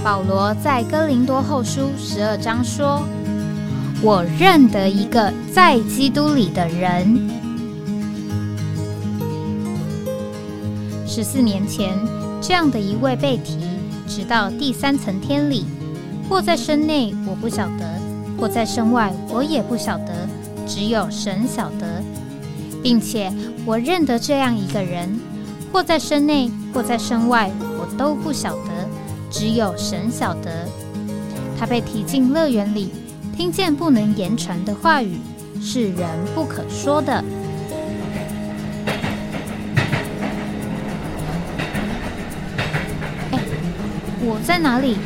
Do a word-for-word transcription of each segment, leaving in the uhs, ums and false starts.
保罗在哥林多后书十二章说：“我认得一个在基督里的人。”十四年前，这样的一位被提，直到第三层天里，或在身内，我不晓得；或在身外，我也不晓得，只有神晓得。并且我认得这样一个人，或在身内，或在身外，我都不晓得，只有神晓得。他被提进乐园里，听见不能言传的话语，是人不可说的。哎，我在哪里？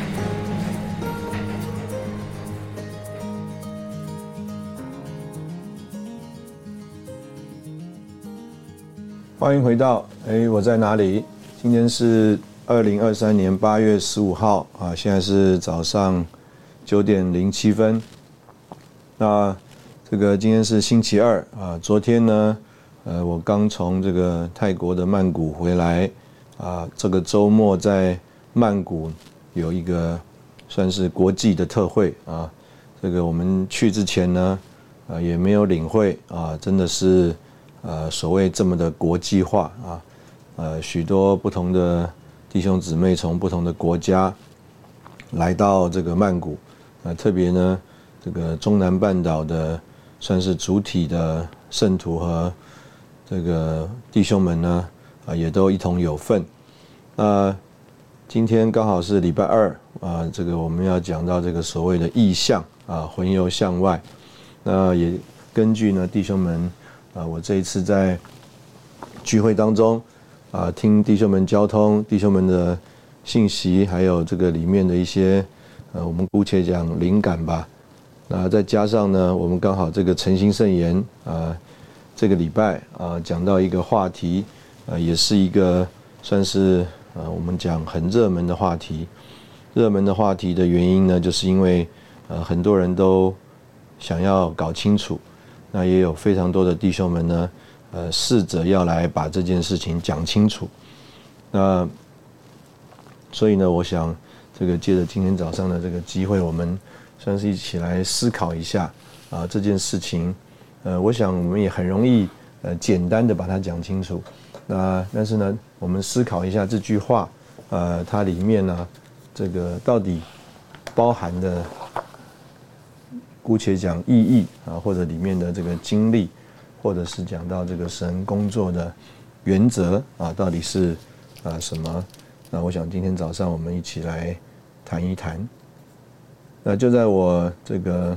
欢迎回到哎，我在哪里？今天是二零二三年八月十五号啊，现在是早上九点零七分。那这个今天是星期二啊，昨天呢，呃，我刚从这个泰国的曼谷回来啊，这个周末在曼谷有一个算是国际的特会啊，这个我们去之前呢，啊也没有领会啊，真的是。呃，所谓这么的国际化啊，呃，许多不同的弟兄姊妹从不同的国家来到这个曼谷，呃，特别呢，这个中南半岛的算是主体的圣徒和这个弟兄们呢，啊、呃，也都一同有份。那、呃、今天刚好是礼拜二啊、呃，这个我们要讲到这个所谓的意象啊，魂游向外。那也根据呢弟兄们。啊，我这一次在聚会当中啊，听弟兄们交通，弟兄们的信息，还有这个里面的一些呃，我们姑且讲灵感吧。那再加上呢，我们刚好这个诚心圣言啊，这个礼拜啊，讲到一个话题啊，也是一个算是啊，我们讲很热门的话题。热门的话题的原因呢，就是因为呃，很多人都想要搞清楚。那也有非常多的弟兄们呢，呃，试着要来把这件事情讲清楚。那所以呢，我想这个借着今天早上的这个机会，我们算是一起来思考一下啊这件事情。呃，我想我们也很容易呃简单的把它讲清楚。那但是呢，我们思考一下这句话，呃，它里面呢，这个到底包含的。姑且讲意义啊，或者里面的这个经历，或者是讲到这个神工作的原则啊，到底是啊什么？那我想今天早上我们一起来谈一谈。那就在我这个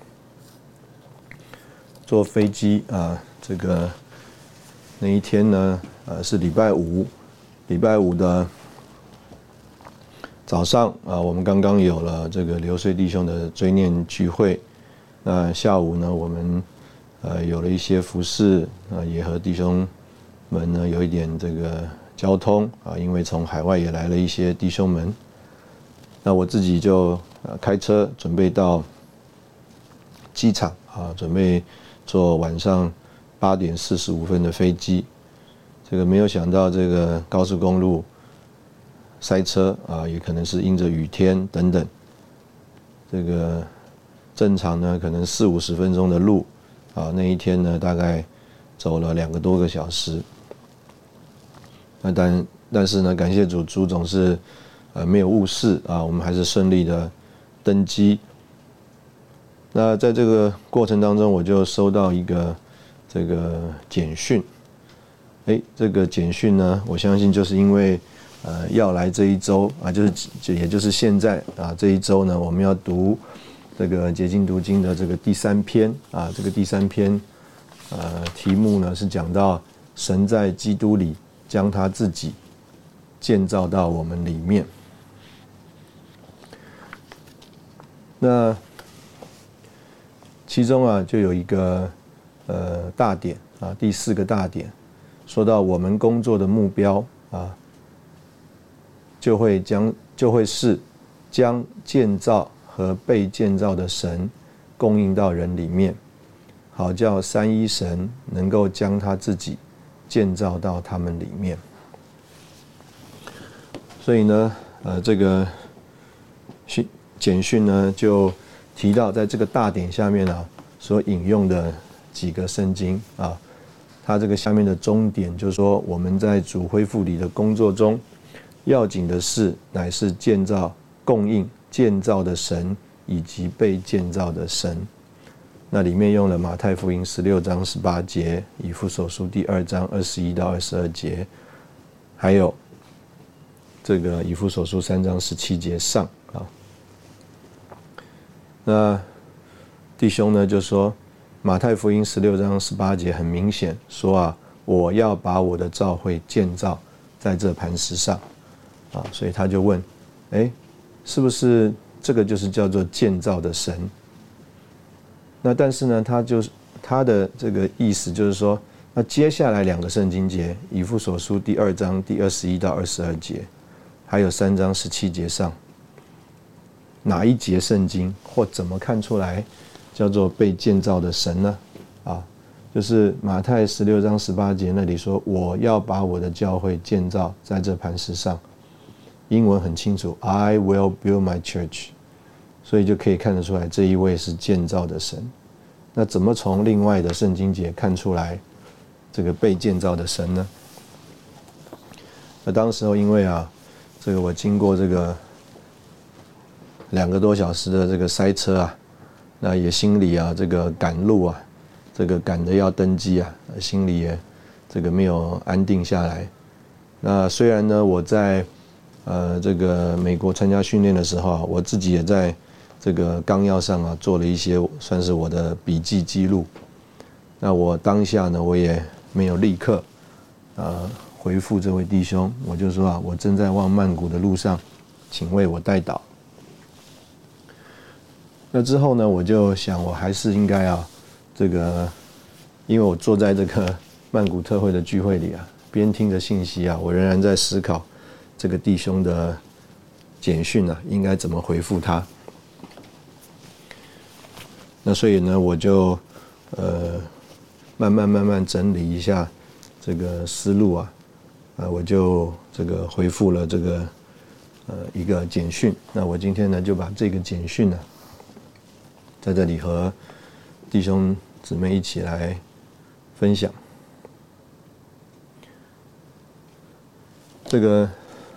坐飞机啊，这个那一天呢，呃是礼拜五，礼拜五的早上啊，我们刚刚有了这个流水弟兄的追念聚会。那下午呢，我们呃有了一些服事啊，也和弟兄们呢有一点这个交通啊，因为从海外也来了一些弟兄们。那我自己就呃开车准备到机场啊，准备坐晚上八点四十五分的飞机。这个没有想到这个高速公路塞车啊，也可能是因着雨天等等，这个。正常呢，可能四五十分钟的路，啊，那一天呢，大概走了两个多个小时。那但但是呢，感谢主，主总是呃没有误事啊，我们还是顺利的登机。那在这个过程当中，我就收到一个这个简讯，哎，这个简讯呢，我相信就是因为呃要来这一周啊，就是也就是现在啊这一周呢，我们要读。这个解经读经的这个第三篇啊，这个第三篇，呃，题目呢是讲到神在基督里将他自己建造到我们里面。那其中啊，就有一个呃大点啊，第四个大点，说到我们工作的目标啊，就会将就会是将建造。和被建造的神供应到人里面，好叫三一神能够将他自己建造到他们里面。所以呢，呃，这个训简讯呢，就提到在这个大点下面啊，所引用的几个圣经啊，它这个下面的终点就是说，我们在主恢复里的工作中，要紧的事乃是建造、供应、建造的神以及被建造的神。那里面用了马太福音十六章十八节，以弗所书第二章二十一到二十二节，还有这个以弗所书三章十七节上啊。那弟兄呢就说，马太福音十六章十八节很明显说啊，我要把我的教会建造在这磐石上啊，所以他就问，哎，是不是这个就是叫做建造的神？那但是呢，他就是他的这个意思就是说，那接下来两个圣经节，以弗所书第二章第二十一到二十二节，还有三章十七节上，哪一节圣经或怎么看出来叫做被建造的神呢？啊，就是马太十六章十八节那里说，我要把我的教会建造在这磐石上。英文很清楚 ，I will build my church。所以就可以看得出来，这一位是建造的神。那怎么从另外的圣经节看出来这个被建造的神呢？那当时候因为啊，这个我经过这个两个多小时的这个塞车啊，那也心里啊这个赶路啊，这个赶着要登机啊，心里也这个没有安定下来。那虽然呢我在呃这个美国参加训练的时候啊，我自己也在这个纲要上啊做了一些算是我的笔记记录。那我当下呢，我也没有立刻呃回复这位弟兄，我就说啊，我正在往曼谷的路上，请为我代祷。那之后呢，我就想我还是应该啊，这个因为我坐在这个曼谷特会的聚会里啊，边听着信息啊，我仍然在思考这个弟兄的简讯啊，应该怎么回复他。那所以呢，我就呃慢慢慢慢整理一下这个思路啊，啊，我就这个回复了这个呃一个简讯。那我今天呢就把这个简讯呢，在这里和弟兄姊妹一起来分享。这个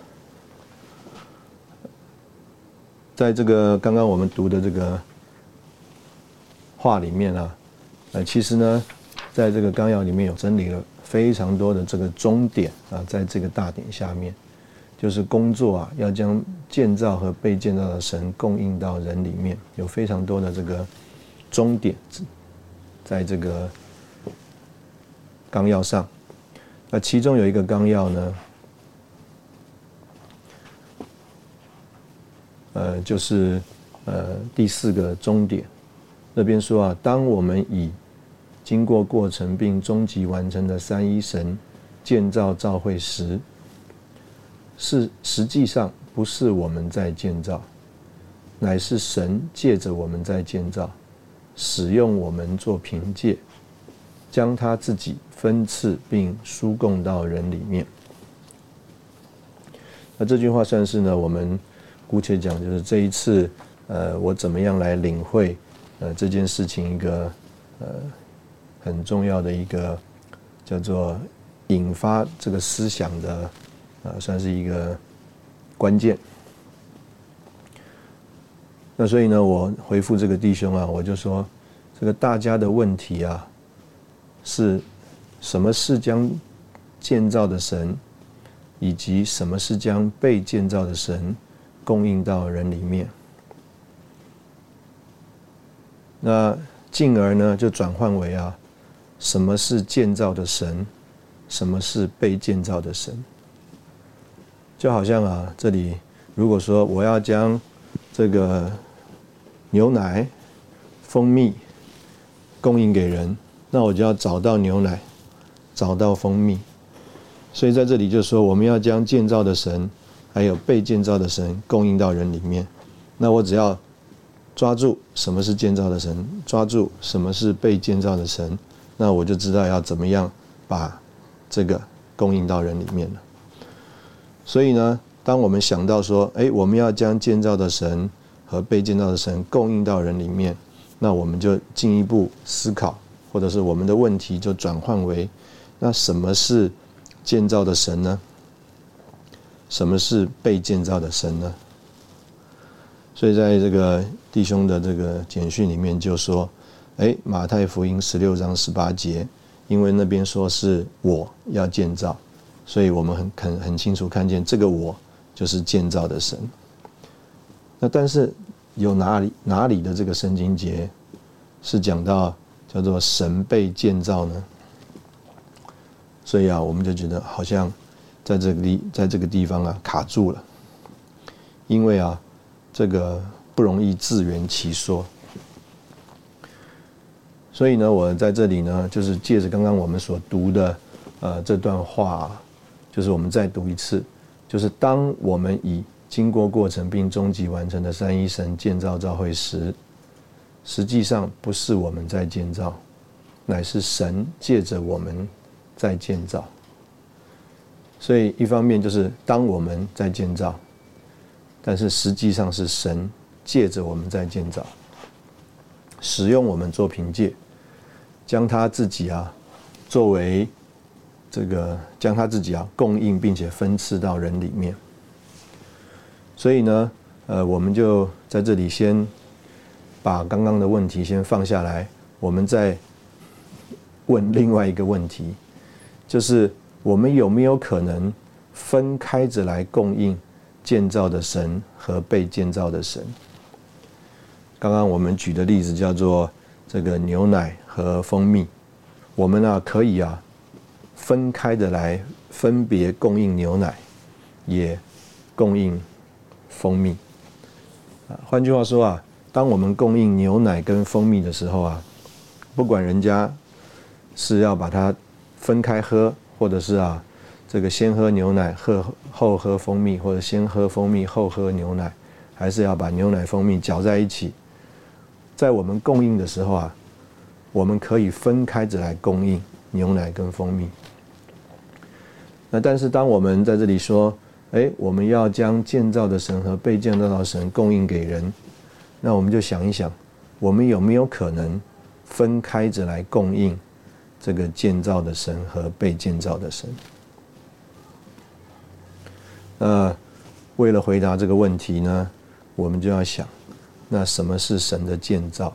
在这个刚刚我们读的这个话里面啊，呃，其实呢，在这个纲要里面有整理了非常多的这个终点啊，在这个大点下面，就是工作啊，要将建造和被建造的神供应到人里面，有非常多的这个终点，在这个纲要上。那其中有一个纲要呢，呃，就是呃第四个终点。那边说啊，当我们以经过过程并终极完成的三一神建造教会时，是实际上不是我们在建造，乃是神借着我们在建造，使用我们做凭借，将他自己分赐并输供到人里面。那这句话算是呢，我们姑且讲，就是这一次，呃，我怎么样来领会。呃，这件事情一个呃很重要的一个叫做引发这个思想的呃，算是一个关键。那所以呢，我回复这个弟兄啊，我就说，这个大家的问题啊，是什么是将建造的神，以及什么是将被建造的神供应到人里面。那进而呢，就转换为啊，什么是建造的神，什么是被建造的神？就好像啊，这里如果说我要将这个牛奶、蜂蜜供应给人，那我就要找到牛奶，找到蜂蜜。所以在这里就说，我们要将建造的神，还有被建造的神供应到人里面。那我只要抓住什么是建造的神，抓住什么是被建造的神，那我就知道要怎么样把这个供应到人里面了。所以呢，当我们想到说，哎，我们要将建造的神和被建造的神供应到人里面，那我们就进一步思考，或者是我们的问题就转换为，那什么是建造的神呢？什么是被建造的神呢？所以在这个弟兄的这个简讯里面就说，哎，马太福音十六章十八节，因为那边说是我要建造，所以我们很很很清楚看见这个我就是建造的神。那但是有哪里哪里的这个圣经节是讲到叫做神被建造呢？所以啊，我们就觉得好像在这个地在这个地方啊卡住了，因为啊这个不容易自圆其说。所以呢，我在这里呢，就是借着刚刚我们所读的呃这段话啊，就是我们再读一次，就是当我们以经过过程并终极完成的三一神建造教会时，实际上不是我们在建造，乃是神借着我们在建造。所以一方面就是当我们在建造，但是实际上是神借着我们在建造，使用我们做凭借，将他自己啊作为这个将他自己啊供应并且分赐到人里面。所以呢，呃，我们就在这里先把刚刚的问题先放下来，我们再问另外一个问题，就是我们有没有可能分开着来供应建造的神和被建造的神？刚刚我们举的例子叫做这个牛奶和蜂蜜，我们啊可以啊分开的来分别供应牛奶，也供应蜂蜜。换句话说啊，当我们供应牛奶跟蜂蜜的时候啊，不管人家是要把它分开喝，或者是啊这个先喝牛奶后喝蜂蜜，或者先喝蜂蜜后喝牛奶，还是要把牛奶蜂蜜搅在一起，在我们供应的时候啊，我们可以分开着来供应牛奶跟蜂蜜。那但是当我们在这里说，哎，我们要将建造的神和被建造的神供应给人，那我们就想一想，我们有没有可能分开着来供应这个建造的神和被建造的神？那为了回答这个问题呢，我们就要想，那什么是神的建造？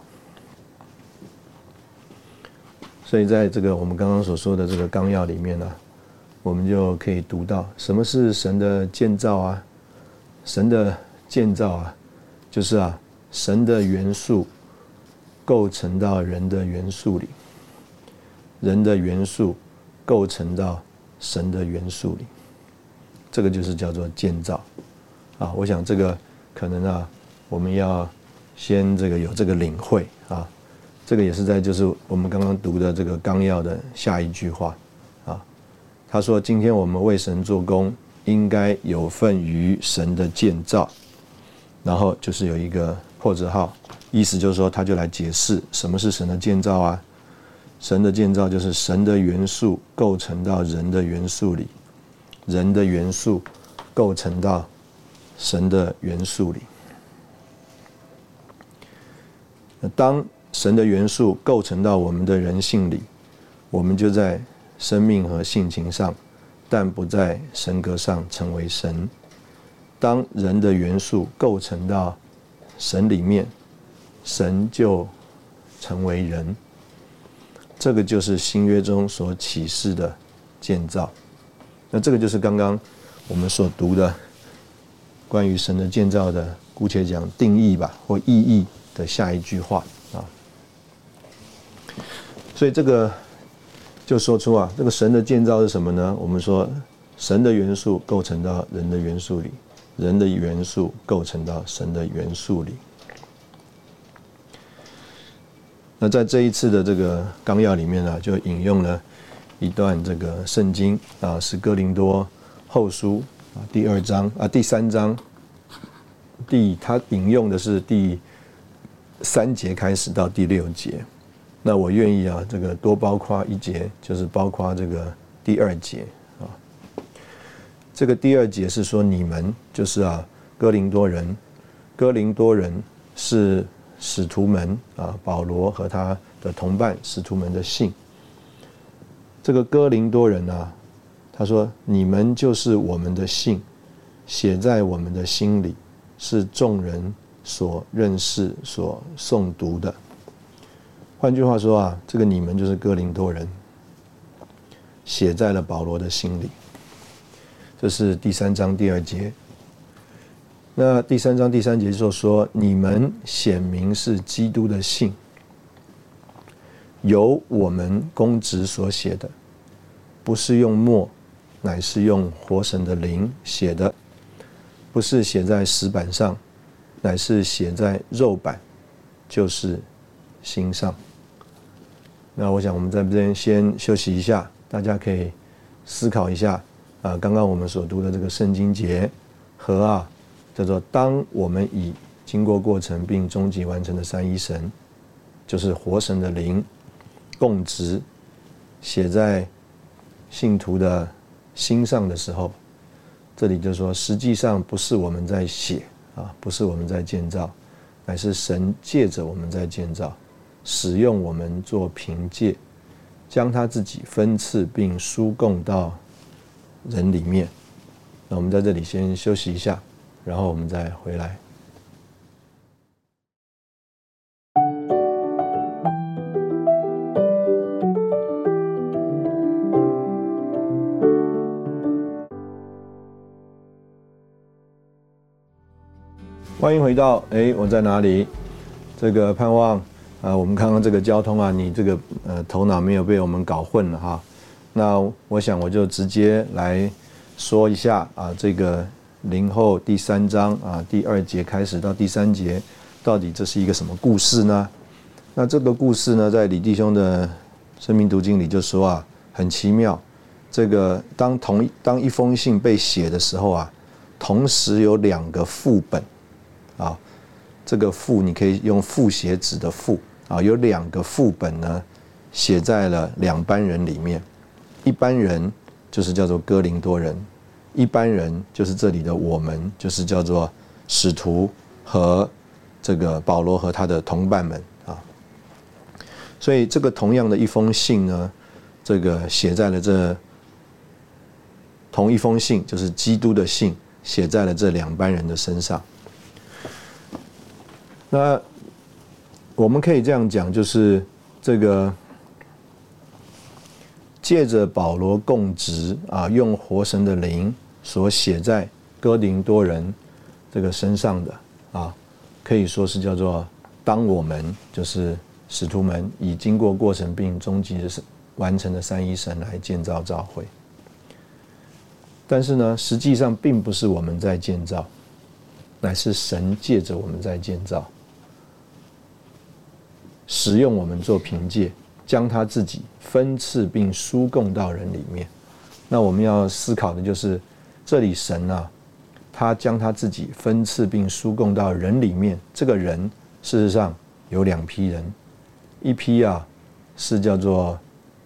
所以在这个我们刚刚所说的这个纲要里面呢、啊，我们就可以读到什么是神的建造啊？神的建造啊，就是啊，神的元素构成到人的元素里，人的元素构成到神的元素里，这个就是叫做建造啊。我想这个可能啊，我们要先这个有这个领会啊。这个也是在就是我们刚刚读的这个纲要的下一句话啊。他说：“今天我们为神做工，应该有份于神的建造。”然后就是有一个破折号，意思就是说，他就来解释什么是神的建造啊。神的建造就是神的元素构成到人的元素里，人的元素构成到神的元素里。当神的元素构成到我们的人性里，我们就在生命和性情上，但不在神格上成为神。当人的元素构成到神里面，神就成为人。这个就是新约中所启示的建造。那这个就是刚刚我们所读的关于神的建造的，姑且讲定义吧，或意义的下一句话啊。所以这个就说出啊，这个神的建造是什么呢？我们说神的元素构成到人的元素里，人的元素构成到神的元素里。那在这一次的这个纲要里面呢，就引用了一段这个圣经啊，是哥林多后书啊第二章啊第三章第，他引用的是第三节开始到第六节。那我愿意啊，这个多包括一节，就是包括这个第二节啊。这个第二节是说，你们就是啊哥林多人， 哥林多人是使徒们啊，保罗和他的同伴使徒们的信。这个哥林多人啊，他说：“你们就是我们的信，写在我们的心里，是众人所认识、所诵读的。”换句话说啊，这个你们就是哥林多人，写在了保罗的心里。这是第三章第二节。那第三章第三节就说：“你们显明是基督的信，由我们公职所写的，不是用墨，乃是用活神的灵写的，不是写在石板上，乃是写在肉板，就是心上。”那我想我们在这边先休息一下，大家可以思考一下啊，刚刚我们所读的这个圣经节和啊叫做当我们已经过过程并终极完成的三一神，就是活神的灵供职写在信徒的心上的时候，这里就说实际上不是我们在写啊，不是我们在建造，乃是神借着我们在建造，使用我们做凭借，将他自己分赐并输供到人里面。那我们在这里先休息一下，然后我们再回来。欢迎回到哎，我在哪里？这个盼望啊，我们看看这个交通啊，你这个呃头脑没有被我们搞混了哈。那我想我就直接来说一下啊，这个林后第三章啊第二节开始到第三节，到底这是一个什么故事呢？那这个故事呢，在李弟兄的生命读经里就说啊，很奇妙。这个当同当一封信被写的时候啊，同时有两个副本啊，这个副你可以用复写纸的复啊，有两个副本呢，写在了两班人里面。一般人就是叫做哥林多人，一般人就是这里的我们，就是叫做使徒和这个保罗和他的同伴们啊。所以这个同样的一封信呢，这个写在了这同一封信，就是基督的信，写在了这两班人的身上。那我们可以这样讲，就是这个借着保罗供职啊，用活神的灵所写在哥林多人这个身上的啊，可以说是叫做当我们就是使徒们已经过过程并终极的完成的三一神来建造教会。但是呢，实际上并不是我们在建造，乃是神借着我们在建造，使用我们做凭借，将他自己分赐并输供到人里面。那我们要思考的就是，这里神啊，他将他自己分赐并输供到人里面。这个人事实上有两批人，一批啊是叫做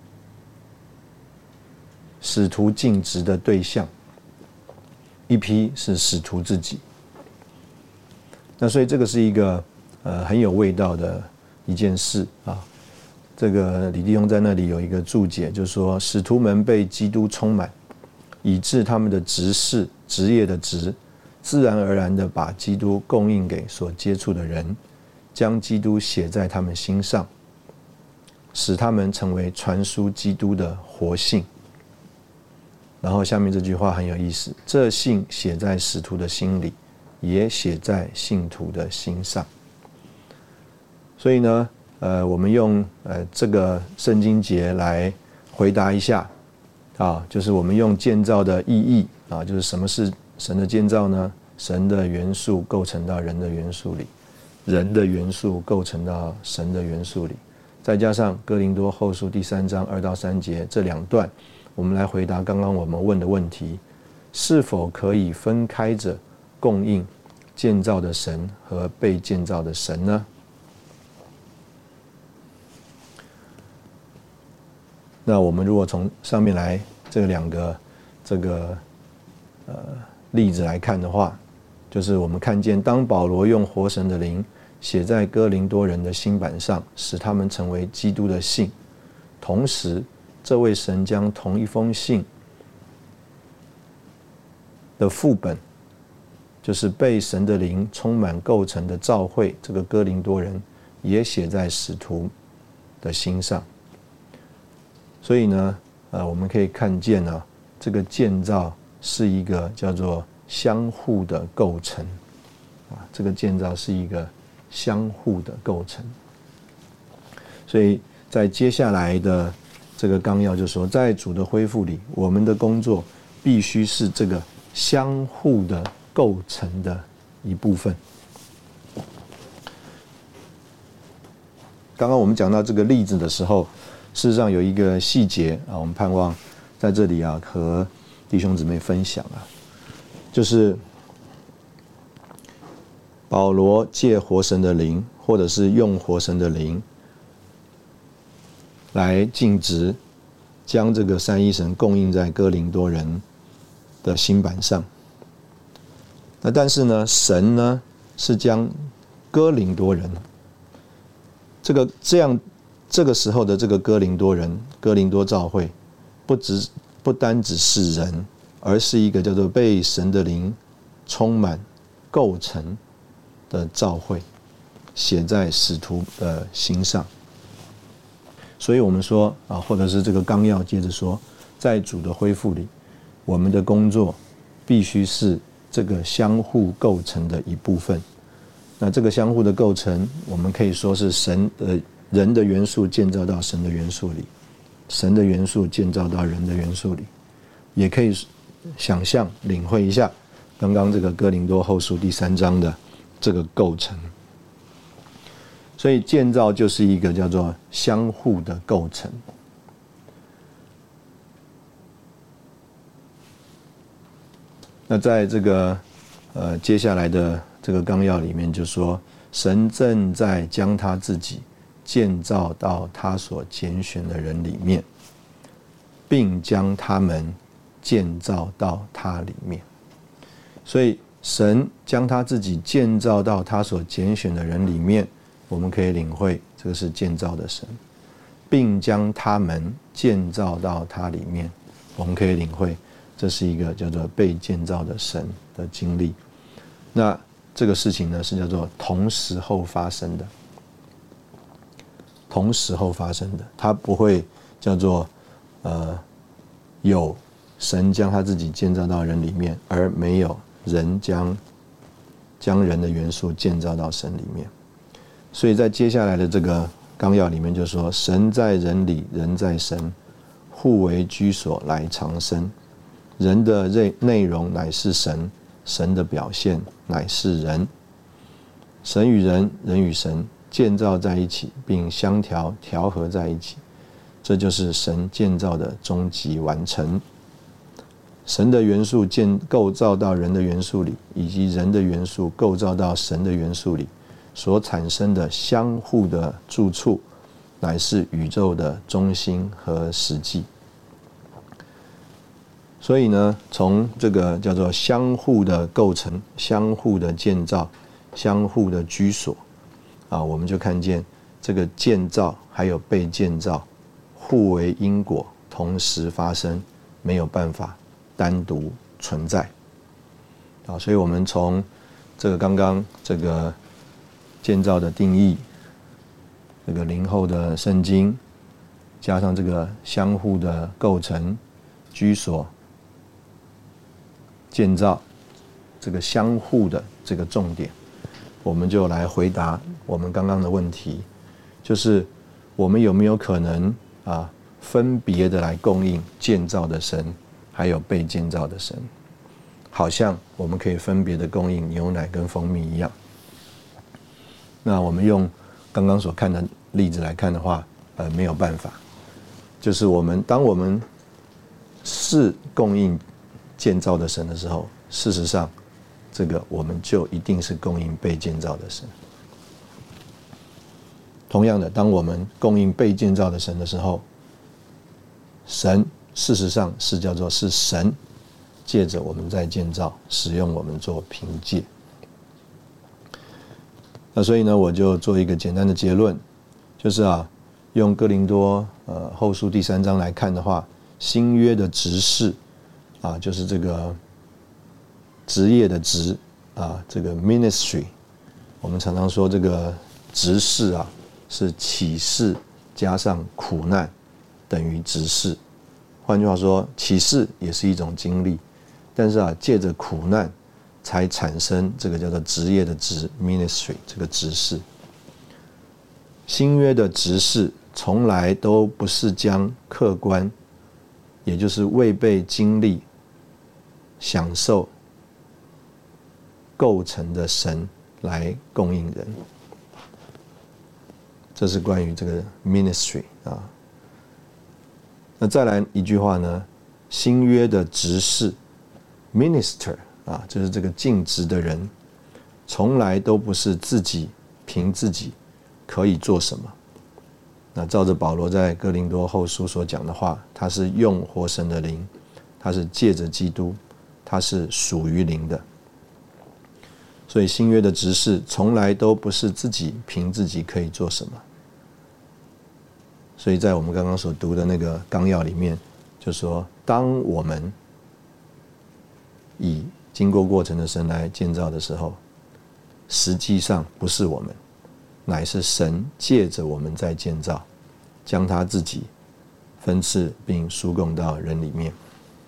使徒尽职的对象，一批是使徒自己。那所以这个是一个呃很有味道的一件事啊。这个李弟兄在那里有一个注解，就是说使徒们被基督充满，以致他们的职事职业的职，自然而然的把基督供应给所接触的人，将基督写在他们心上，使他们成为传输基督的活信。然后下面这句话很有意思，这信写在使徒的心里，也写在信徒的心上。所以呢，呃，我们用呃这个圣经节来回答一下啊，就是我们用建造的意义啊，就是什么是神的建造呢？神的元素构成到人的元素里，人的元素构成到神的元素里，再加上哥林多后书第三章二到三节这两段，我们来回答刚刚我们问的问题：是否可以分开着供应建造的神和被建造的神呢？那我们如果从上面来这两个这个呃例子来看的话， 就是我们看见，当保罗用活神的灵写在哥林多人的心版上，使他们成为基督的信，同时这位神将同一封信的副本，就是被神的灵充满构成的教会，这个哥林多人也写在使徒的心上。所以呢，呃，我们可以看见呢、啊，这个建造是一个叫做相互的构成啊，这个建造是一个相互的构成。所以在接下来的这个纲要就说，在主的恢复里，我们的工作必须是这个相互的构成的一部分。刚刚我们讲到这个例子的时候，事实上有一个细节啊，我们盼望在这里啊和弟兄姊妹分享啊，就是保罗借活神的灵，或者是用活神的灵来尽职，将这个三一神供应在哥林多人的心版上。那但是呢，神呢是将哥林多人这个这样这个时候的这个哥林多人，哥林多教会，不只不单只是人，而是一个叫做被神的灵充满构成的教会，写在使徒的心上。所以我们说啊，或者是这个纲要接着说，在主的恢复里，我们的工作必须是这个相互构成的一部分。那这个相互的构成，我们可以说是神的人的元素建造到神的元素里，神的元素建造到人的元素里，也可以想象领会一下刚刚这个哥林多后书第三章的这个构成。所以建造就是一个叫做相互的构成。那在这个呃接下来的这个纲要里面就说，神正在将他自己建造到他所拣选的人里面，并将他们建造到他里面。所以神将他自己建造到他所拣选的人里面，我们可以领会这个是建造的神，并将他们建造到他里面，我们可以领会这是一个叫做被建造的神的经历。那这个事情呢是叫做同时后发生的，同时后发生的，它不会叫做呃有神将他自己建造到人里面，而没有人将将人的元素建造到神里面。所以在接下来的这个纲要里面就说，神在人里，人在神，互为居所来长生。人的内容乃是神，神的表现乃是人。神与人，人与神建造在一起，并相调调和在一起，这就是神建造的终极完成。神的元素建构造到人的元素里，以及人的元素构造到神的元素里，所产生的相互的住处，乃是宇宙的中心和实际。所以呢，从这个叫做相互的构成、相互的建造、相互的居所啊，我们就看见这个建造还有被建造互为因果，同时发生，没有办法单独存在啊。所以我们从这个刚刚这个建造的定义，这个林后的圣经，加上这个相互的构成、居所、建造，这个相互的这个重点，我们就来回答我们刚刚的问题，就是我们有没有可能啊分别的来供应建造的神，还有被建造的神，好像我们可以分别的供应牛奶跟蜂蜜一样。那我们用刚刚所看的例子来看的话，呃，没有办法。就是我们当我们是供应建造的神的时候，事实上，这个我们就一定是供应被建造的神。同样的，当我们供应被建造的神的时候，神事实上是叫做是神借着我们在建造，使用我们做凭借。 那所以呢，我就做一个简单的结论，就是啊，用哥林多呃后书第三章来看的话，新约的职事啊，就是这个职业的职啊，这个 ministry， 我们常常说这个职事啊是启示加上苦难等于职事。换句话说，启示也是一种经历，但是啊，借着苦难才产生这个叫做职业的职 ministry 这个职事。新约的职事从来都不是将客观，也就是未被经历、享受、构成的神来供应人。这是关于这个 ministry 啊。那再来一句话呢，新约的职事 minister 啊，就是这个尽职的人，从来都不是自己凭自己可以做什么。那照着保罗在哥林多后书所讲的话，他是用活神的灵，他是借着基督，他是属于灵的。所以新约的职事从来都不是自己凭自己可以做什么。所以在我们刚刚所读的那个纲要里面，就说当我们以经过过程的神来建造的时候，实际上不是我们，乃是神借着我们在建造，将他自己分赐并输供到人里面。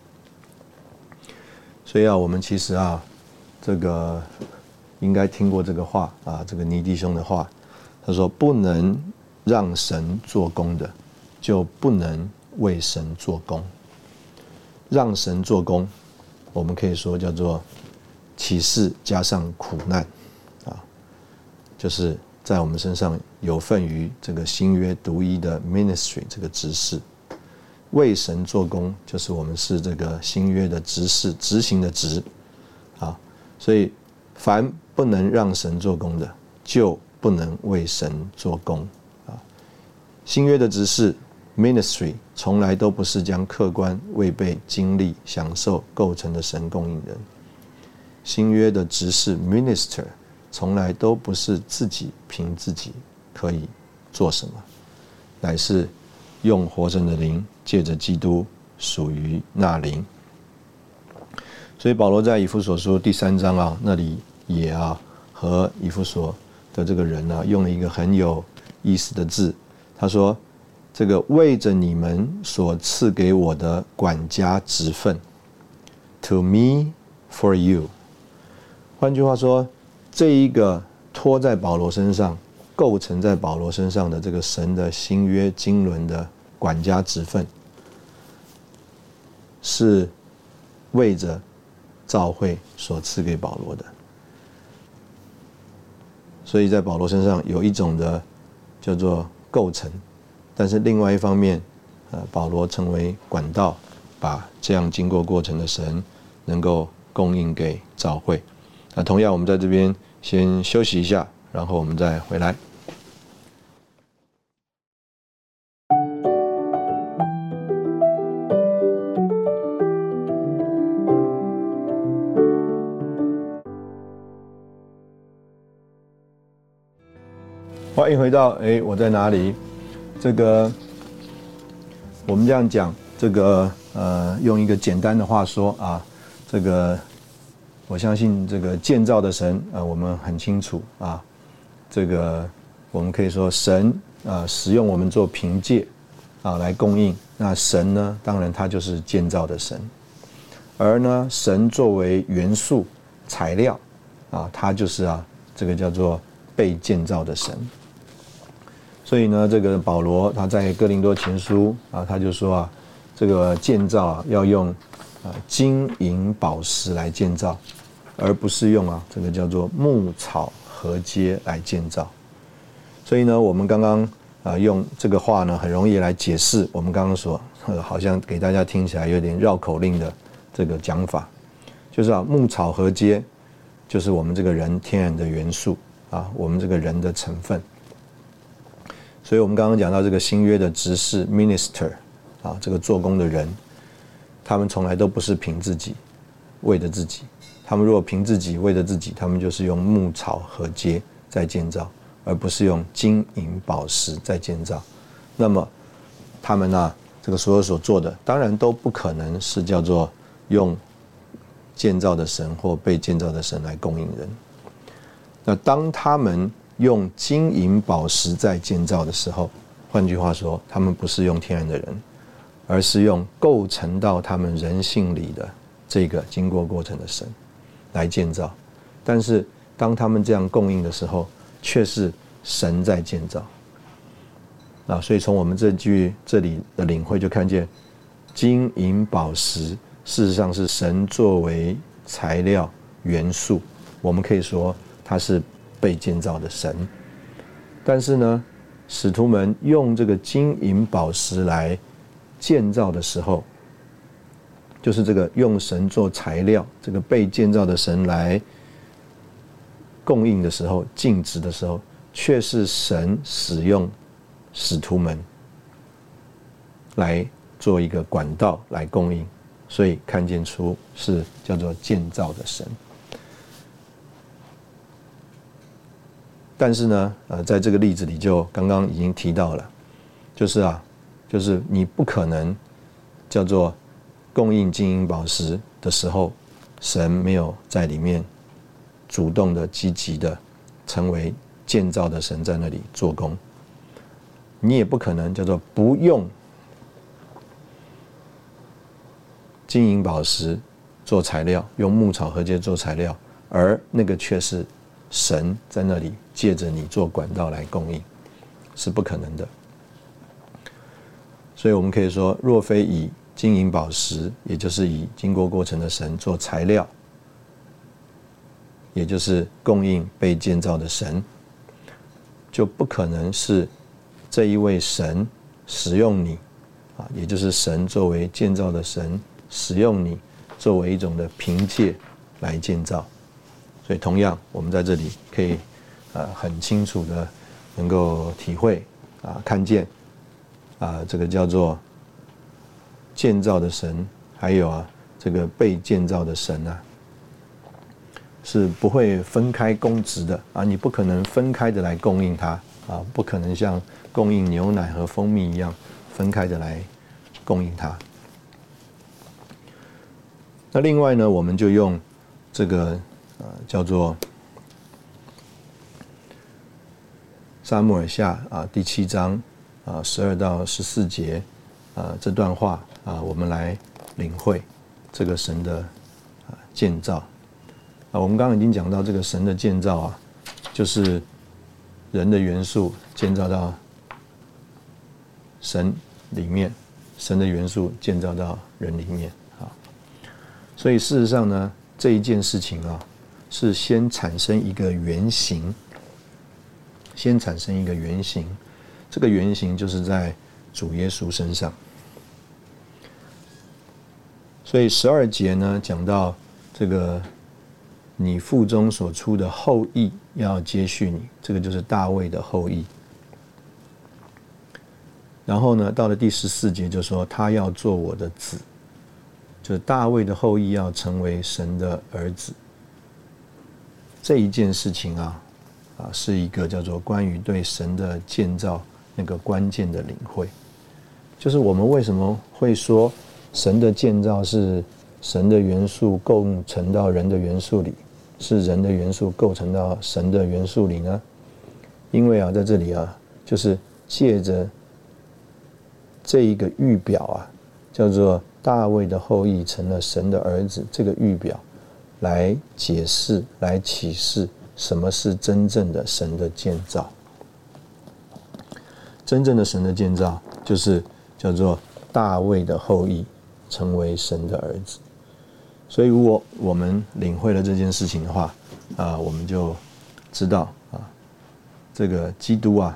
所以啊，我们其实啊，这个应该听过这个话啊，这个尼弟兄的话，他说不能让神做工的，就不能为神做工。让神做工，我们可以说叫做启示加上苦难啊，就是在我们身上有份于这个新约独一的 ministry 这个职事。为神做工，就是我们是这个新约的职事，执行的职啊。所以凡不能让神做工的，就不能为神做工。新约的职事 ministry 从来都不是将客观未被经历享受构成的神供应人。新约的职事 minister 从来都不是自己凭自己可以做什么，乃是用活神的灵，借着基督属于那灵。所以保罗在以弗所书第三章啊，那里也啊和以弗所的这个人啊用了一个很有意思的字。他说这个为着你们所赐给我的管家职分 to me for you。 换句话说，这一个托在保罗身上，构成在保罗身上的这个神的新约经纶的管家职分，是为着教会所赐给保罗的。所以在保罗身上有一种的叫做构成，但是另外一方面，呃，保罗成为管道，把这样经过过程的神能够供应给教会。那同样，我们在这边先休息一下，然后我们再回来。欢迎回到哎，我在哪里？这个我们这样讲，这个呃，用一个简单的话说啊，这个我相信这个建造的神啊、呃，我们很清楚啊，这个我们可以说神啊、呃，使用我们做凭借啊来供应。那神呢，当然他就是建造的神，而呢，神作为元素材料啊，他就是啊，这个叫做被建造的神。所以呢，这个保罗他在哥林多前书啊，他就说啊，这个建造啊要用啊金银宝石来建造，而不是用啊这个叫做木草禾秸来建造。所以呢，我们刚刚啊用这个话呢，很容易来解释我们刚刚所、呃、好像给大家听起来有点绕口令的这个讲法，就是啊木草禾秸就是我们这个人天然的元素啊，我们这个人的成分。所以我们刚刚讲到这个新约的执事 minister 啊，这个做工的人，他们从来都不是凭自己为着自己，他们如果凭自己为着自己，他们就是用木草禾秸在建造，而不是用金银宝石在建造。那么他们啊，这个所有所做的，当然都不可能是叫做用建造的神或被建造的神来供应人。那当他们用金银宝石在建造的时候，换句话说，他们不是用天然的人，而是用构成到他们人性里的这个经过过程的神来建造。但是当他们这样供应的时候，却是神在建造。啊，所以从我们这句这里的领会就看见，金银宝石事实上是神作为材料元素，我们可以说它是被建造的神。但是呢，使徒们用这个金银宝石来建造的时候，就是这个用神做材料，这个被建造的神来供应的时候，尽职的时候，却是神使用使徒们来做一个管道来供应，所以看见出是叫做建造的神。但是呢，呃，在这个例子里就刚刚已经提到了，就是啊，就是你不可能叫做供应金银宝石的时候，神没有在里面主动的、积极的成为建造的神在那里做工。你也不可能叫做不用金银宝石做材料，用木草禾秸做材料，而那个却是神在那里借着你做管道来供应，是不可能的。所以我们可以说，若非以金银宝石，也就是以经过过程的神做材料，也就是供应被建造的神，就不可能是这一位神使用你，啊，也就是神作为建造的神使用你，作为一种的凭借来建造。所以同样，我们在这里可以呃很清楚的能够体会啊，看见啊，这个叫做建造的神，还有啊这个被建造的神啊，是不会分开供职的啊，你不可能分开的来供应它啊，不可能像供应牛奶和蜂蜜一样分开的来供应它。那另外呢，我们就用这个呃叫做撒母耳下啊第七章啊十二到十四节啊这段话啊，我们来领会这个神的啊建造啊。我们刚刚已经讲到这个神的建造啊，就是人的元素建造到神里面，神的元素建造到人里面啊。所以事实上呢，这一件事情啊，是先产生一个原型，先产生一个原型，这个原型就是在主耶稣身上。所以十二节呢讲到这个你腹中所出的后裔要接续你，这个就是大卫的后裔。然后呢，到了第十四节就说他要做我的子，就是大卫的后裔要成为神的儿子。这一件事情啊，啊是一个叫做关于对神的建造那个关键的领会，就是我们为什么会说神的建造是神的元素构成到人的元素里，是人的元素构成到神的元素里呢？因为啊，在这里啊，就是借着这一个预表啊，叫做大卫的后裔成了神的儿子，这个预表来解释、来启示什么是真正的神的建造。真正的神的建造，就是叫做大卫的后裔成为神的儿子。所以如果我们领会了这件事情的话，啊，我们就知道啊，这个基督啊，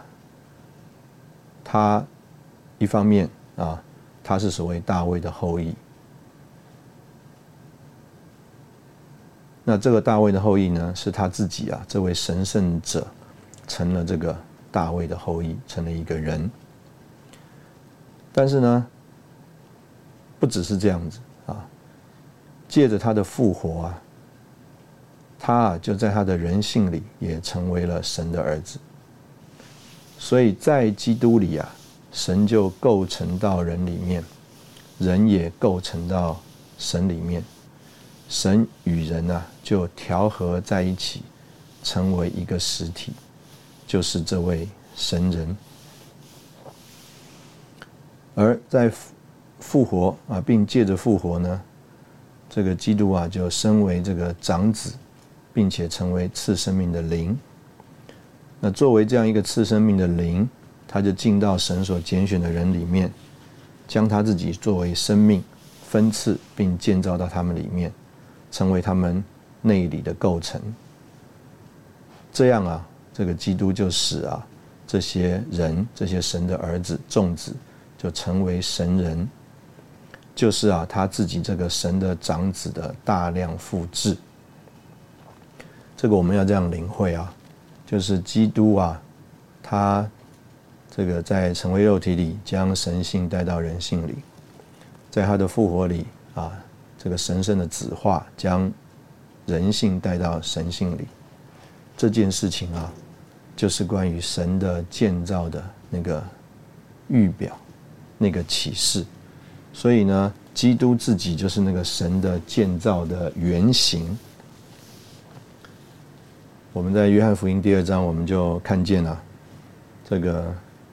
他一方面啊，他是所谓大卫的后裔。那这个大卫的后裔呢，是他自己啊，这位神圣者成了这个大卫的后裔，成了一个人。但是呢，不只是这样子啊，借着他的复活啊， 他啊就在他的人性里也成为了神的儿子。所以在基督里啊，神就构成到人里面，人也构成到神里面，神与人啊就调和在一起，成为一个实体，就是这位神人。而在复活啊，并借着复活呢，这个基督啊就身为这个长子，并且成为赐生命的灵。那作为这样一个赐生命的灵，他就进到神所拣选的人里面，将他自己作为生命分赐，并建造到他们里面，成为他们内里的构成。这样啊，这个基督就使啊这些人，这些神的儿子众子，就成为神人，就是啊他自己这个神的长子的大量复制。这个我们要这样领会啊，就是基督啊，他这个在成为肉体里，将神性带到人性里，在他的复活里啊，这个神圣的子化将人性带到神性里。这件事情啊，就是关于神的建造的那个预表，那个启示。所以呢，基督自己就是那个神的建造的原型。我们在约翰福音第二章，我们就看见了、啊、这个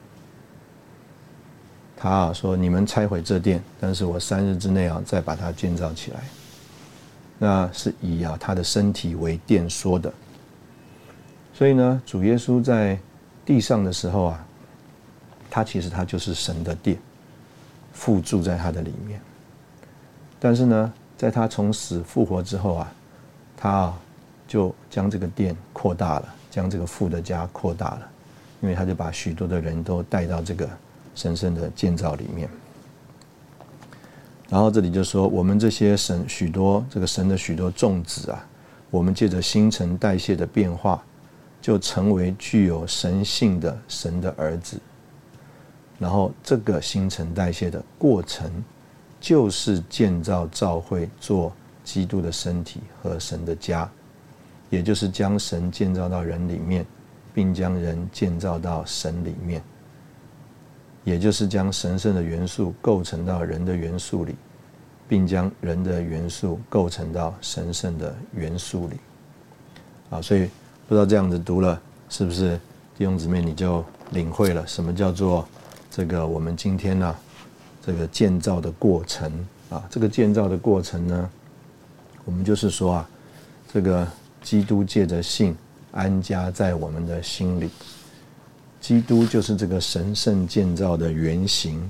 他啊说：“你们拆毁这殿，但是我三日之内啊再把它建造起来。”那是以啊他的身体为殿说的。所以呢，主耶稣在地上的时候啊，他其实他就是神的殿，附住在他的里面。但是呢，在他从死复活之后啊，他啊就将这个殿扩大了，将这个父的家扩大了，因为他就把许多的人都带到这个神圣的建造里面。然后这里就说，我们这些神许多这个神的许多众子啊，我们借着新陈代谢的变化，就成为具有神性的神的儿子。然后这个新陈代谢的过程，就是建造教会做基督的身体和神的家，也就是将神建造到人里面，并将人建造到神里面，也就是将神圣的元素构成到人的元素里，并将人的元素构成到神圣的元素里。啊，所以不知道这样子读了，是不是弟兄姊妹你就领会了什么叫做这个我们今天呢、啊、这个建造的过程啊？这个建造的过程呢，我们就是说啊，这个基督借着信安家在我们的心里，基督就是这个神圣建造的原型。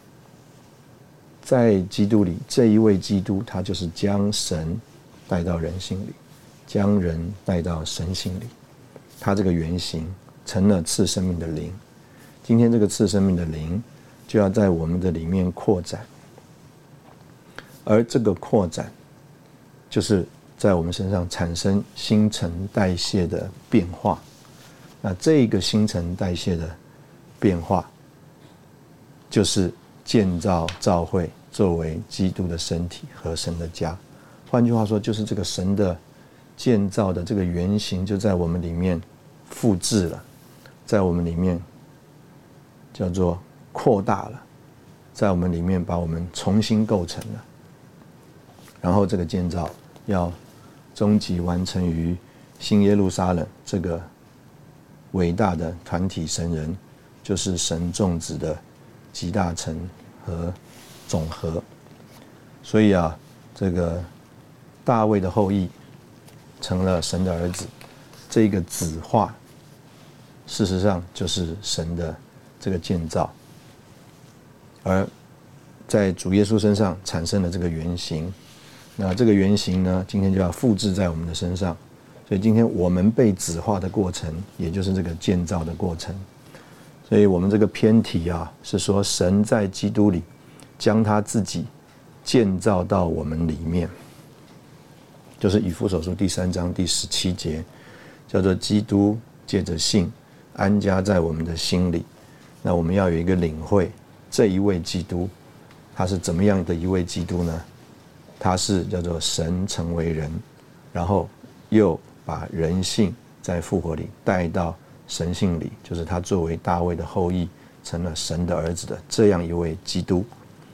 在基督里，这一位基督，他就是将神带到人心里，将人带到神心里。他这个原型成了赐生命的灵。今天这个赐生命的灵就要在我们的里面扩展，而这个扩展就是在我们身上产生新陈代谢的变化。那这一个新陈代谢的变化，就是建造教会作为基督的身体和神的家。换句话说，就是这个神的建造的这个原型就在我们里面复制了，在我们里面叫做扩大了，在我们里面把我们重新构成了。然后这个建造要终极完成于新耶路撒冷这个伟大的团体神人，就是神众子的集大成和总和。所以啊，这个大卫的后裔成了神的儿子，这个子化事实上就是神的这个建造，而在主耶稣身上产生了这个原型。那这个原型呢，今天就要复制在我们的身上。所以今天我们被子化的过程，也就是这个建造的过程。所以我们这个篇题啊，是说神在基督里将他自己建造到我们里面，就是以弗所书第三章第十七节，叫做基督借着信安家在我们的心里。那我们要有一个领会，这一位基督他是怎么样的一位基督呢？他是叫做神成为人，然后又把人性在复活里带到神性里，就是他作为大卫的后裔成了神的儿子的这样一位基督。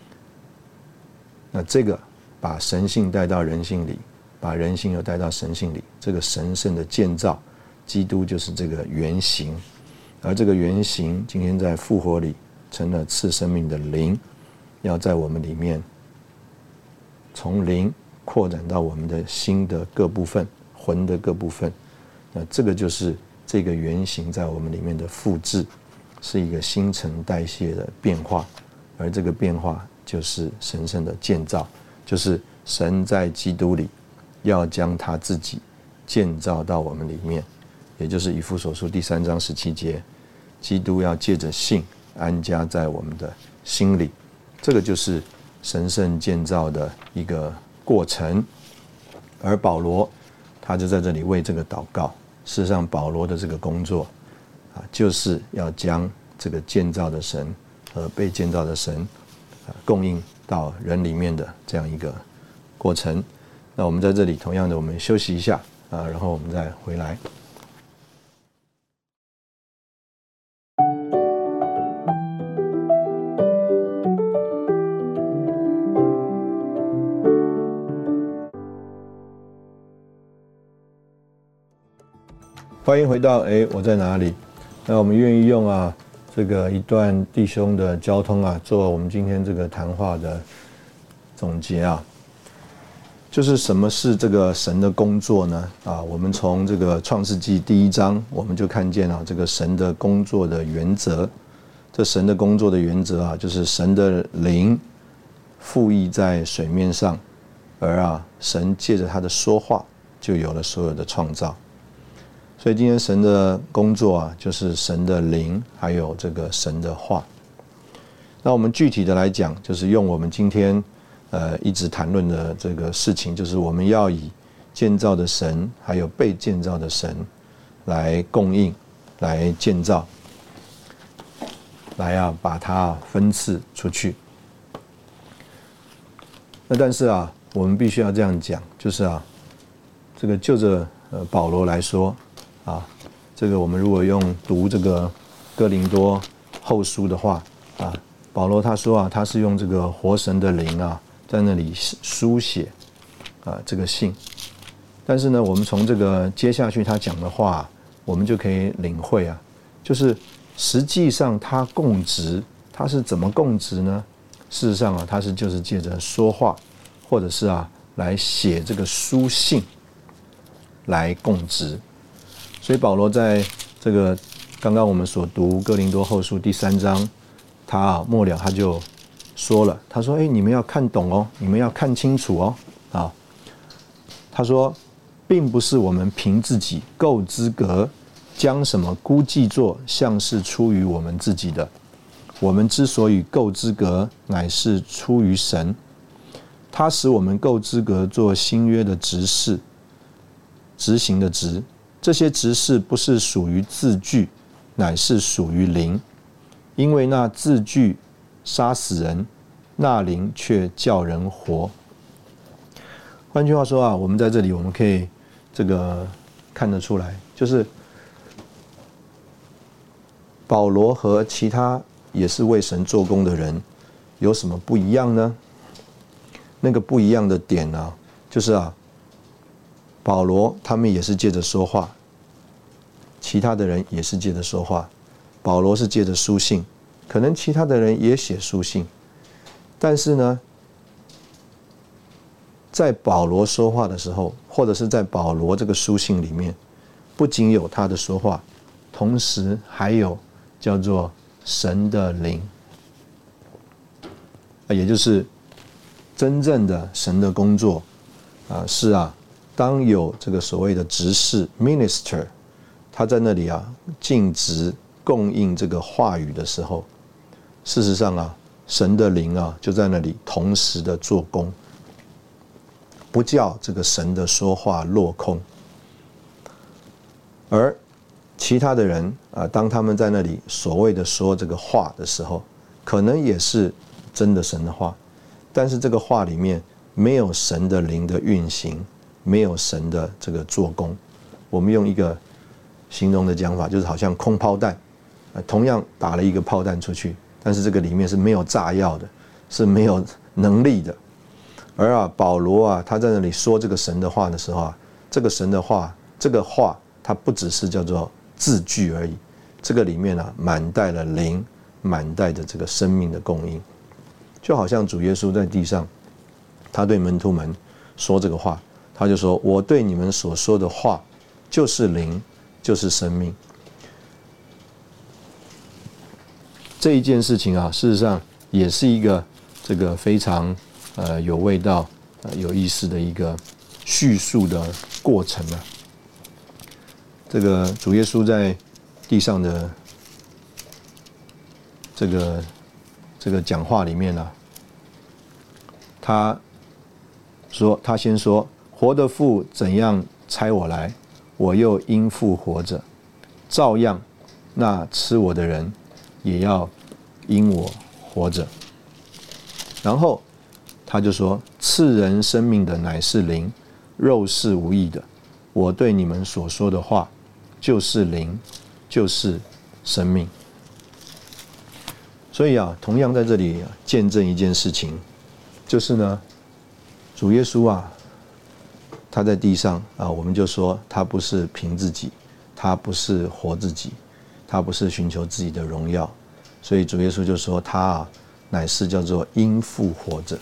那这个把神性带到人性里，把人性又带到神性里，这个神圣的建造，基督就是这个原型。而这个原型今天在复活里成了赐生命的灵，要在我们里面从灵扩展到我们的心的各部分，魂的各部分。那这个就是这个原型在我们里面的复制，是一个新陈代谢的变化。而这个变化就是神圣的建造，就是神在基督里要将他自己建造到我们里面，也就是以弗所书第三章十七节，基督要借着信安家在我们的心里。这个就是神圣建造的一个过程。而保罗他就在这里为这个祷告。事实上保罗的这个工作啊，就是要将这个建造的神和被建造的神啊供应到人里面的这样一个过程。那我们在这里同样的我们休息一下啊，然后我们再回来。欢迎回到哎，我在哪里？那我们愿意用啊这个一段弟兄的交通啊，做我们今天这个谈话的总结啊。就是什么是这个神的工作呢？啊，我们从这个创世纪第一章，我们就看见啊，这个神的工作的原则。这神的工作的原则啊，就是神的灵附溢在水面上，而啊，神借着他的说话，就有了所有的创造。所以今天神的工作啊，就是神的灵，还有这个神的话。那我们具体的来讲，就是用我们今天呃一直谈论的这个事情，就是我们要以建造的神，还有被建造的神来供应，来建造，来啊把它分赐出去。那但是啊，我们必须要这样讲，就是啊，这个就着呃保罗来说。啊，这个我们如果用读这个哥林多后书的话啊，保罗他说啊，他是用这个活神的灵啊，在那里书写啊这个信。但是呢，我们从这个接下去他讲的话，我们就可以领会啊，就是实际上他供职，他是怎么供职呢？事实上啊，他是就是借着说话，或者是啊来写这个书信来供职。所以保罗在这个刚刚我们所读哥林多后书第三章，他啊末了他就说了，他说：“哎，你们要看懂哦，你们要看清楚哦。”啊，他说，并不是我们凭自己够资格将什么估计作像是出于我们自己的，我们之所以够资格，乃是出于神，他使我们够资格做新约的执事，执行的执。这些执事不是属于字句，乃是属于灵，因为那字句杀死人，那灵却叫人活。换句话说啊，我们在这里我们可以这个看得出来，就是保罗和其他也是为神做工的人有什么不一样呢？那个不一样的点呢、啊，就是啊，保罗他们也是借着说话，其他的人也是借着说话。保罗是借着书信，可能其他的人也写书信，但是呢，在保罗说话的时候，或者是在保罗这个书信里面，不仅有他的说话，同时还有叫做神的灵，也就是真正的神的工作啊，是啊，当有这个所谓的执事 minister， 他在那里啊尽职供应这个话语的时候，事实上啊，神的灵啊就在那里同时的做工，不叫这个神的说话落空。而其他的人啊，当他们在那里所谓的说这个话的时候，可能也是真的神的话，但是这个话里面没有神的灵的运行，没有神的这个做工， 我们用一个形容的讲法，就是好像空炮弹，同样打了一个炮弹出去，但是这个里面是没有炸药的，是没有能力的。而啊，保罗啊，他在那里说这个神的话的时候啊，这个神的话，这个话，它不只是叫做字句而已，这个里面啊，满带了灵，满带着这个生命的供应，就好像主耶稣在地上，他对门徒们说这个话，他就说：“我对你们所说的话，就是灵，就是生命。”这一件事情啊，事实上也是一个这个非常呃有味道、呃、有意思的一个叙述的过程啊。这个主耶稣在地上的这个这个讲话里面呢、啊，他说，他先说：“活的父怎样差我来，我又因父活着，照样那吃我的人也要因我活着。”然后他就说：“赐人生命的乃是灵，肉是无益的。我对你们所说的话，就是灵，就是生命。”所以啊，同样在这里、啊、见证一件事情，就是呢，主耶稣啊，他在地上啊，我们就说他不是凭自己，他不是活自己，他不是寻求自己的荣耀，所以主耶稣就说他啊，乃是叫做因父活着。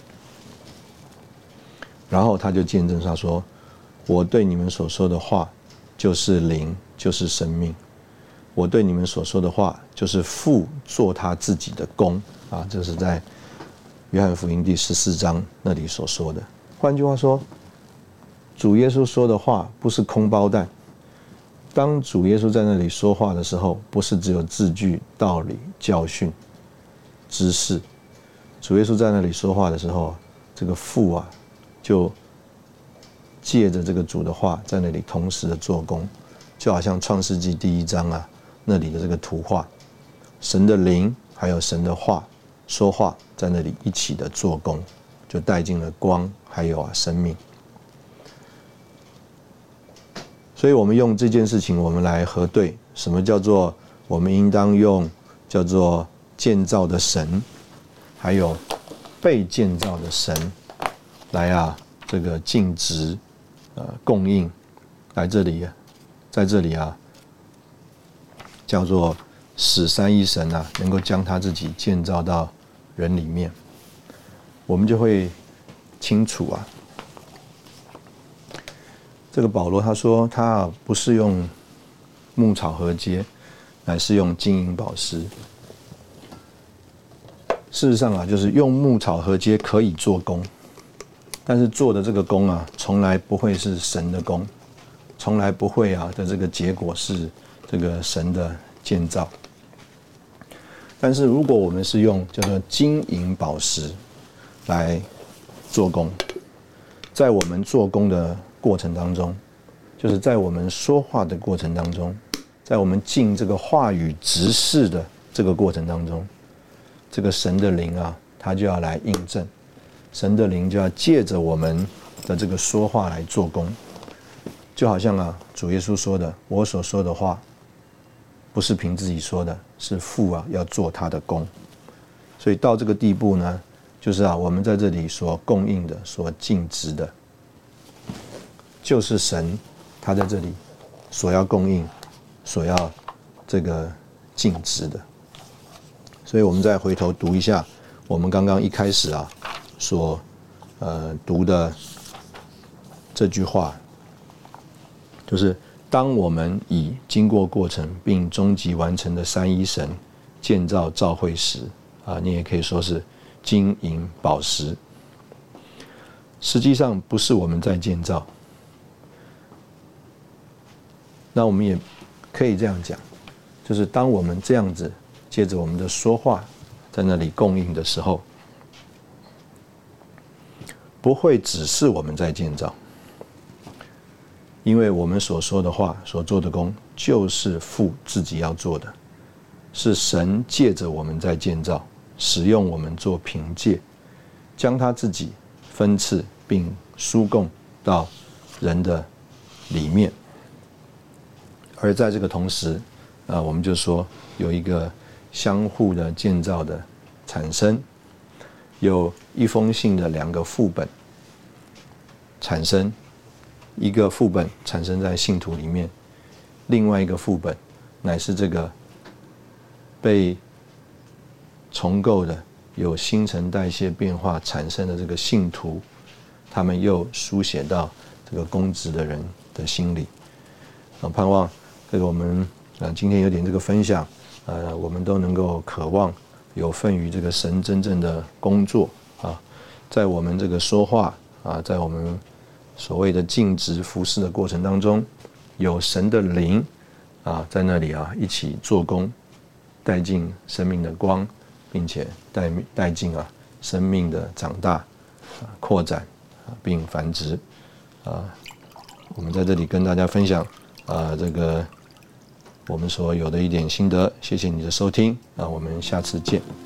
然后他就见证他说：“我对你们所说的话，就是灵，就是生命。我对你们所说的话，就是父做他自己的工。”啊，这是在约翰福音第十四章那里所说的。换句话说，主耶稣说的话不是空包弹。当主耶稣在那里说话的时候，不是只有字句、道理、教训、知识。主耶稣在那里说话的时候，这个父啊，就借着这个主的话，在那里同时的做工，就好像创世纪第一章啊那里的这个图画，神的灵还有神的话说话在那里一起的做工，就带进了光还有啊生命。所以我们用这件事情，我们来核对什么叫做我们应当用叫做建造的神，还有被建造的神来啊这个尽职呃供应，来这里在这里啊叫做使三一神啊能够将他自己建造到人里面，我们就会清楚啊。这个保罗他说他、啊、不是用木草禾秸，乃是用金银宝石。事实上啊，就是用木草禾秸可以做工，但是做的这个工啊，从来不会是神的工，从来不会啊的这个结果是这个神的建造。但是如果我们是用叫做金银宝石来做工，在我们做工的过程当中，就是在我们说话的过程当中，在我们尽这个话语执事的这个过程当中，这个神的灵啊，他就要来印证，神的灵就要借着我们的这个说话来做工。就好像啊，主耶稣说的，我所说的话不是凭自己说的，是父啊要做他的工。所以到这个地步呢，就是啊，我们在这里所供应的、所尽职的，就是神他在这里所要供应、所要这个尽职的。所以我们再回头读一下我们刚刚一开始啊所呃读的这句话，就是当我们已经过过程并终极完成的三一神建造教会时啊，你也可以说是金银宝石。实际上不是我们在建造，那我们也可以这样讲，就是当我们这样子借着我们的说话在那里供应的时候，不会只是我们在建造，因为我们所说的话、所做的工，就是父自己要做的，是神借着我们在建造，使用我们做凭借，将他自己分赐并输供到人的里面。 而在这个同时啊，我们就说有一个相互的建造的产生，有一封信的两个副本产生，一个副本产生在信徒里面，另外一个副本乃是这个被重构的有新陈代谢变化产生的这个信徒，他们又书写到这个公职的人的心里。啊，盼望这个我们啊今天有点这个分享，呃，我们都能够渴望有份于这个神真正的工作啊，在我们这个说话啊，在我们所谓的尽职服事的过程当中，有神的灵啊在那里啊一起做工，带进生命的光，并且带带进啊生命的长大、啊、扩展、啊、并繁殖啊。我们在这里跟大家分享啊这个我们所有的一点心得，谢谢你的收听啊，我们下次见。